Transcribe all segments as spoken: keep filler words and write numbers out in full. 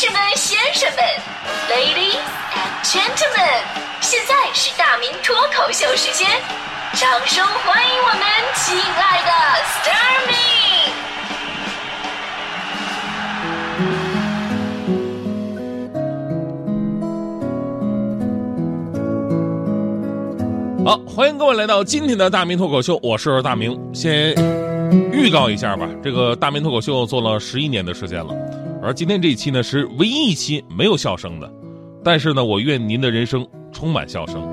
士们、先生们 ，Ladies and Gentlemen， 现在是大明脱口秀时间，掌声欢迎我们亲爱的 Starmin。好，欢迎各位来到今天的大明脱口秀，我是大明。先预告一下吧，这个大明脱口秀做了十一年的时间了，而今天这一期呢是唯一一期没有笑声的，但是呢，我愿您的人生充满笑声。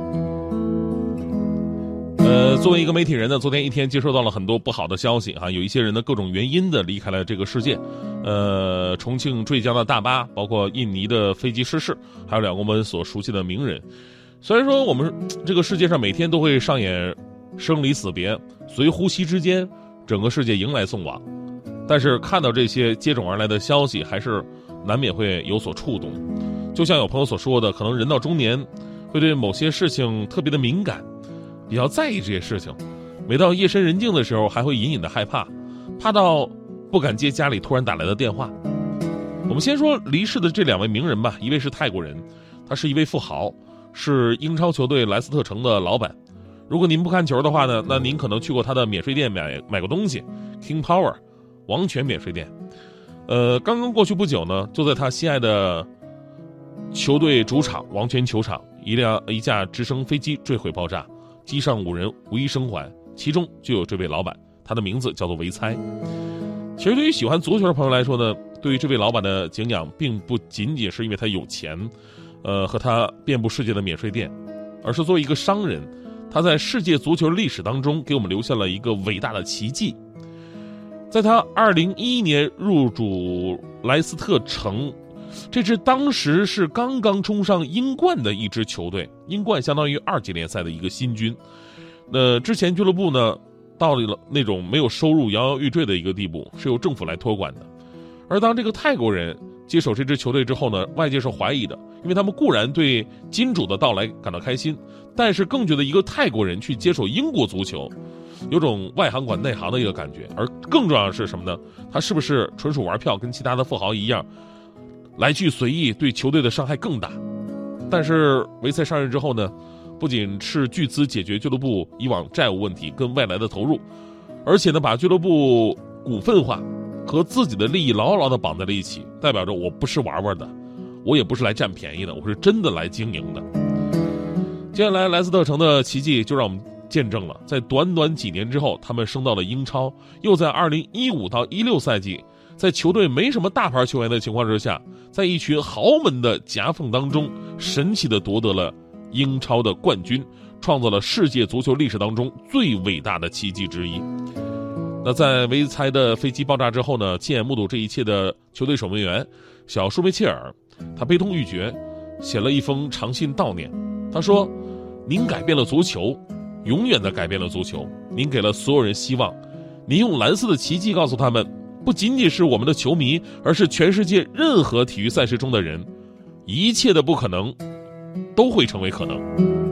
呃，作为一个媒体人呢，昨天一天接收到了很多不好的消息啊，有一些人呢各种原因的离开了这个世界，呃，重庆坠江的大巴，包括印尼的飞机失事，还有两个我们所熟悉的名人。虽然说我们这个世界上每天都会上演生离死别，随呼吸之间整个世界迎来送往，但是看到这些接踵而来的消息，还是难免会有所触动。就像有朋友所说的，可能人到中年会对某些事情特别的敏感，比较在意这些事情，每到夜深人静的时候还会隐隐的害怕，怕到不敢接家里突然打来的电话。我们先说离世的这两位名人吧，一位是泰国人，他是一位富豪，是英超球队莱斯特城的老板。如果您不看球的话呢，那您可能去过他的免税店买买过东西 King Power 王权免税店。呃，刚刚过去不久呢，就在他心爱的球队主场王权球场，一辆一架直升飞机坠毁爆炸，机上五人无一生还，其中就有这位老板，他的名字叫做维猜。其实对于喜欢足球的朋友来说呢，对于这位老板的敬仰并不仅仅是因为他有钱，呃，和他遍布世界的免税店，而是作为一个商人，他在世界足球历史当中给我们留下了一个伟大的奇迹。在他二零一一年入主莱斯特城，这支当时是刚刚冲上英冠的一支球队，英冠相当于二级联赛的一个新军。那之前俱乐部呢，到了那种没有收入、摇摇欲坠的一个地步，是由政府来托管的。而当这个泰国人接手这支球队之后呢，外界是怀疑的，因为他们固然对金主的到来感到开心，但是更觉得一个泰国人去接手英国足球，有种外行管内行的一个感觉。而更重要的是什么呢？他是不是纯属玩票，跟其他的富豪一样，来去随意，对球队的伤害更大？但是维塞上任之后呢，不仅斥巨资解决俱乐部以往债务问题跟外来的投入，而且呢，把俱乐部股份化，和自己的利益牢牢地绑在了一起，代表着我不是玩玩的，我也不是来占便宜的，我是真的来经营的。接下来莱斯特城的奇迹就让我们见证了，在短短几年之后，他们升到了英超，又在二零一五到一六赛季，在球队没什么大牌球员的情况之下，在一群豪门的夹缝当中，神奇地夺得了英超的冠军，创造了世界足球历史当中最伟大的奇迹之一。那在维猜的飞机爆炸之后呢，亲眼目睹这一切的球队守门员小舒梅切尔，他悲痛欲绝，写了一封长信悼念。他说：您改变了足球，永远的改变了足球，您给了所有人希望，您用蓝色的奇迹告诉他们，不仅仅是我们的球迷，而是全世界任何体育赛事中的人，一切的不可能都会成为可能。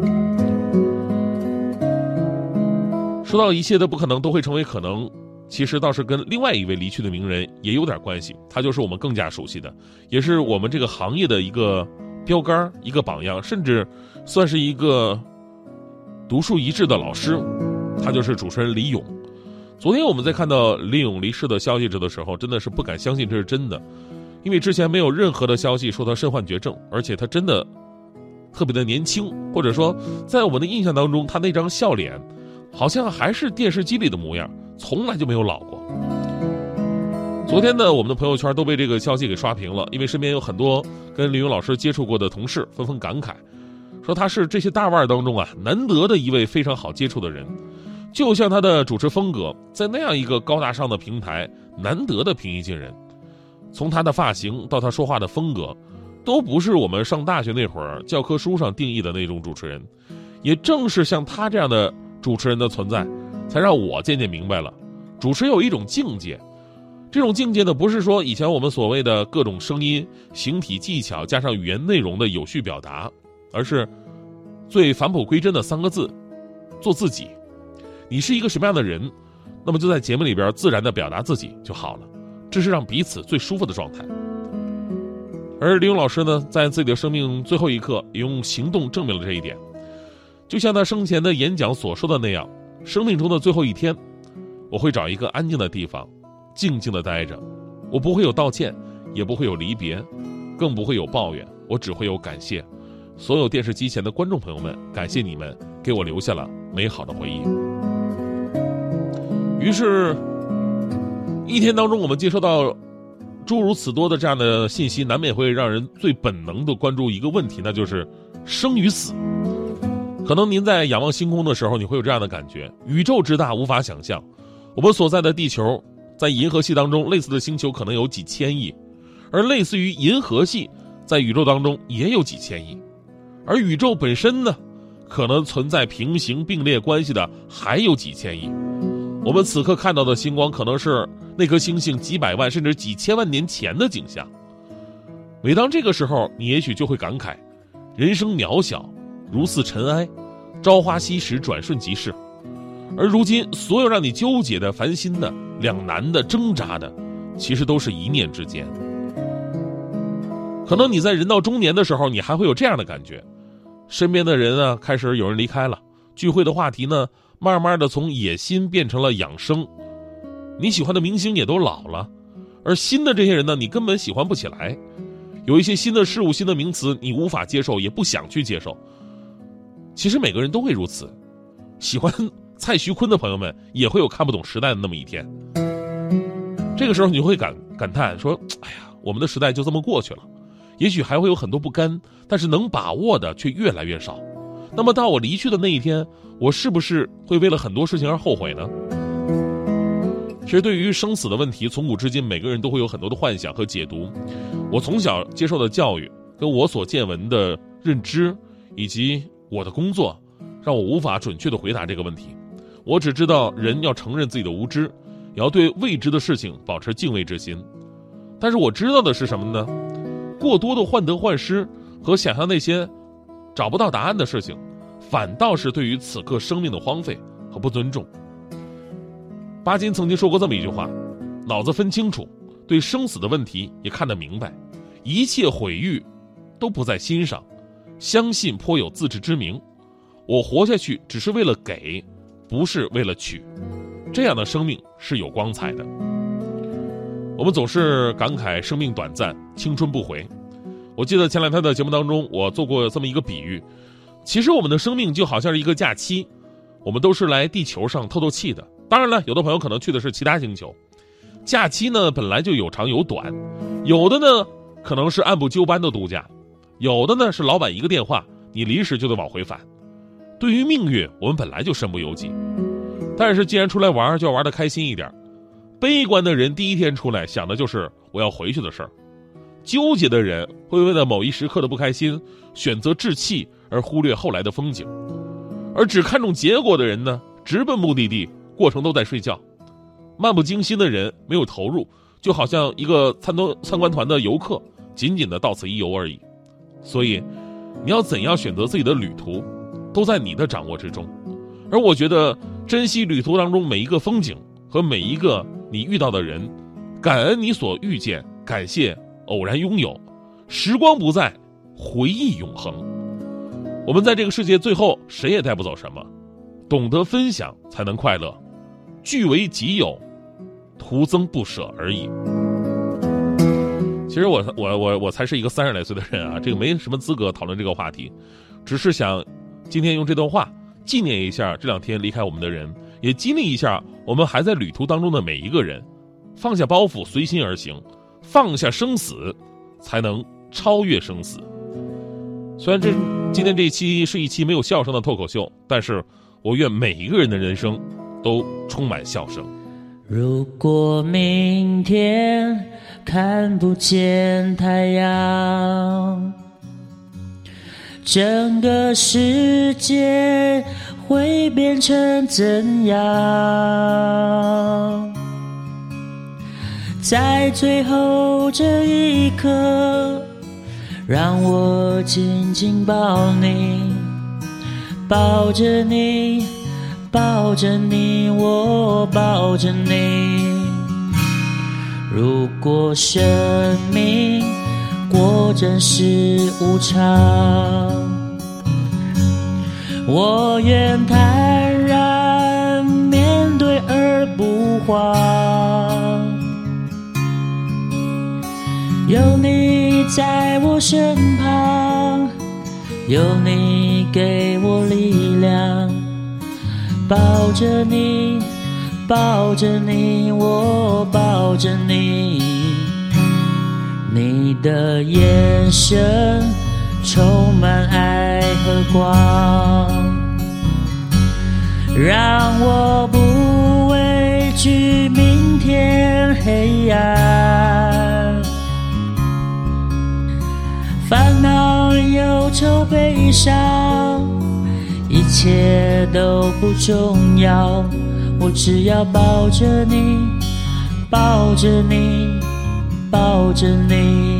说到一切的不可能都会成为可能，其实倒是跟另外一位离去的名人也有点关系，他就是我们更加熟悉的，也是我们这个行业的一个标杆，一个榜样，甚至算是一个独树一帜的老师，他就是主持人李咏。昨天我们在看到李咏离世的消息的时候，真的是不敢相信这是真的，因为之前没有任何的消息说他身患绝症，而且他真的特别的年轻，或者说在我们的印象当中，他那张笑脸好像还是电视机里的模样，从来就没有老过。昨天呢，我们的朋友圈都被这个消息给刷屏了，因为身边有很多跟李咏老师接触过的同事纷纷感慨，说他是这些大腕当中啊难得的一位非常好接触的人，就像他的主持风格，在那样一个高大上的平台，难得的平易近人。从他的发型到他说话的风格，都不是我们上大学那会儿教科书上定义的那种主持人。也正是像他这样的主持人的存在，才让我渐渐明白了，主持有一种境界。这种境界呢，不是说以前我们所谓的各种声音、形体技巧加上语言内容的有序表达，而是最返璞归真的三个字：做自己。你是一个什么样的人，那么就在节目里边自然的表达自己就好了，这是让彼此最舒服的状态。 而李勇老师呢，在自己的生命最后一刻，也用行动证明了这一点。就像他生前的演讲所说的那样，生命中的最后一天，我会找一个安静的地方，静静地待着。我不会有道歉，也不会有离别，更不会有抱怨，我只会有感谢。所有电视机前的观众朋友们，感谢你们给我留下了美好的回忆。于是一天当中，我们接收到诸如此多的这样的信息，难免会让人最本能的关注一个问题，那就是生与死。可能您在仰望星空的时候，你会有这样的感觉，宇宙之大无法想象，我们所在的地球在银河系当中，类似的星球可能有几千亿，而类似于银河系在宇宙当中也有几千亿，而宇宙本身呢，可能存在平行并列关系的还有几千亿。我们此刻看到的星光，可能是那颗星星几百万甚至几千万年前的景象。每当这个时候，你也许就会感慨，人生渺小，如似尘埃，朝花夕拾，转瞬即逝。而如今，所有让你纠结的、烦心的、两难的、挣扎的，其实都是一念之间。可能你在人到中年的时候，你还会有这样的感觉，身边的人啊，开始有人离开了，聚会的话题呢，慢慢的从野心变成了养生，你喜欢的明星也都老了，而新的这些人呢，你根本喜欢不起来。有一些新的事物、新的名词，你无法接受，也不想去接受。其实每个人都会如此，喜欢蔡徐坤的朋友们也会有看不懂时代的那么一天。这个时候你会感感叹说，哎呀，我们的时代就这么过去了。也许还会有很多不甘，但是能把握的却越来越少。那么到我离去的那一天，我是不是会为了很多事情而后悔呢？其实对于生死的问题，从古至今每个人都会有很多的幻想和解读。我从小接受的教育，跟我所见闻的认知，以及我的工作，让我无法准确地回答这个问题。我只知道人要承认自己的无知，也要对未知的事情保持敬畏之心。但是我知道的是什么呢？过多的患得患失和想象那些找不到答案的事情，反倒是对于此刻生命的荒废和不尊重。巴金曾经说过这么一句话，脑子分清楚，对生死的问题也看得明白，一切毁誉都不在心上，相信颇有自知之明。我活下去只是为了给，不是为了取，这样的生命是有光彩的。我们总是感慨生命短暂，青春不回。我记得前两天的节目当中，我做过这么一个比喻，其实我们的生命就好像是一个假期，我们都是来地球上透透气的。当然了，有的朋友可能去的是其他星球。假期呢本来就有长有短，有的呢可能是按部就班的度假，有的呢是老板一个电话，你临时就得往回返。对于命运，我们本来就身不由己，但是既然出来玩，就要玩得开心一点。悲观的人第一天出来想的就是我要回去的事儿，纠结的人会为了某一时刻的不开心选择置气，而忽略后来的风景。而只看重结果的人呢，直奔目的地，过程都在睡觉。漫不经心的人没有投入，就好像一个参观参观团的游客，仅仅的到此一游而已。所以你要怎样选择自己的旅途，都在你的掌握之中。而我觉得珍惜旅途当中每一个风景和每一个你遇到的人，感恩你所遇见，感谢偶然拥有。时光不再，回忆永恒。我们在这个世界最后谁也带不走什么，懂得分享才能快乐，据为己有，徒增不舍而已。其实我我我我才是一个三十来岁的人啊，这个没什么资格讨论这个话题，只是想今天用这段话纪念一下这两天离开我们的人，也激励一下我们还在旅途当中的每一个人，放下包袱，随心而行，放下生死，才能超越生死。虽然这今天这一期是一期没有笑声的脱口秀，但是我愿每一个人的人生都充满笑声。 如果明天看不见太阳，整个世界会变成怎样？在最后这一刻，让我紧紧抱你，抱着你，抱着你，我抱着你。如果生命过过真实无常。我愿坦然面对而不慌，有你在我身旁，有你给我力量，抱着你，抱着你，我抱着你，你的眼神充满爱和光，让我不畏惧明天黑暗，烦恼忧愁悲伤一切都不重要，我只要抱着你，抱着你，抱着你，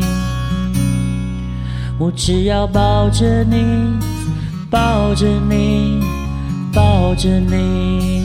我只要抱着你，抱着你，抱着你。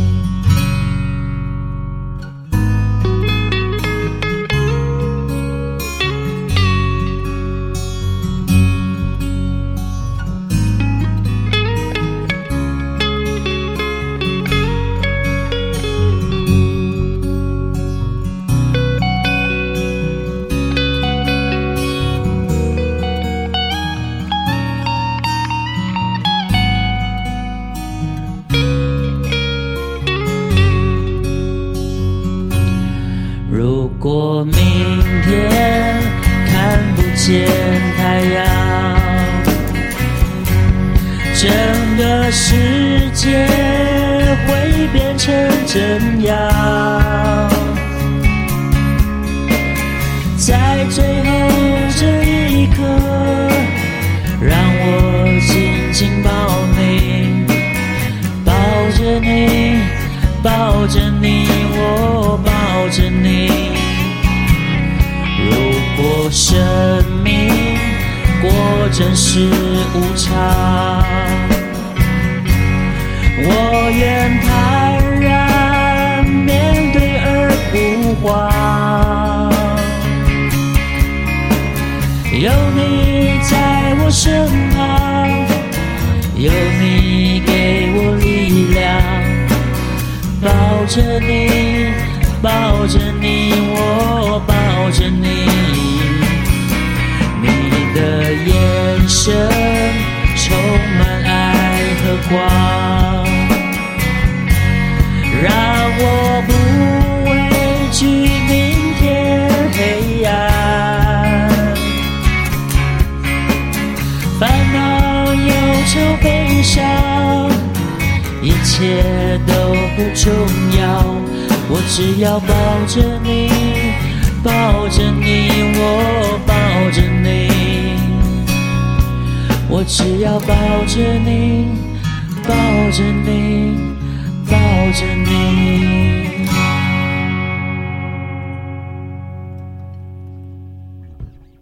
如果明天看不见太阳，整个世界会变成怎样？在最后这一刻，让我紧紧抱你，抱着你，抱着你，我抱着你。如果生命果真是无常，我愿坦然面对而不慌，有你在我身旁，有你给我力量，抱着你，抱着你，我抱着你，你的眼神充满爱和光，让我不畏惧明天黑暗，烦恼忧愁悲伤一切都不重要，我只要抱着你，抱着你，我抱着你，我只要抱着你，抱着你。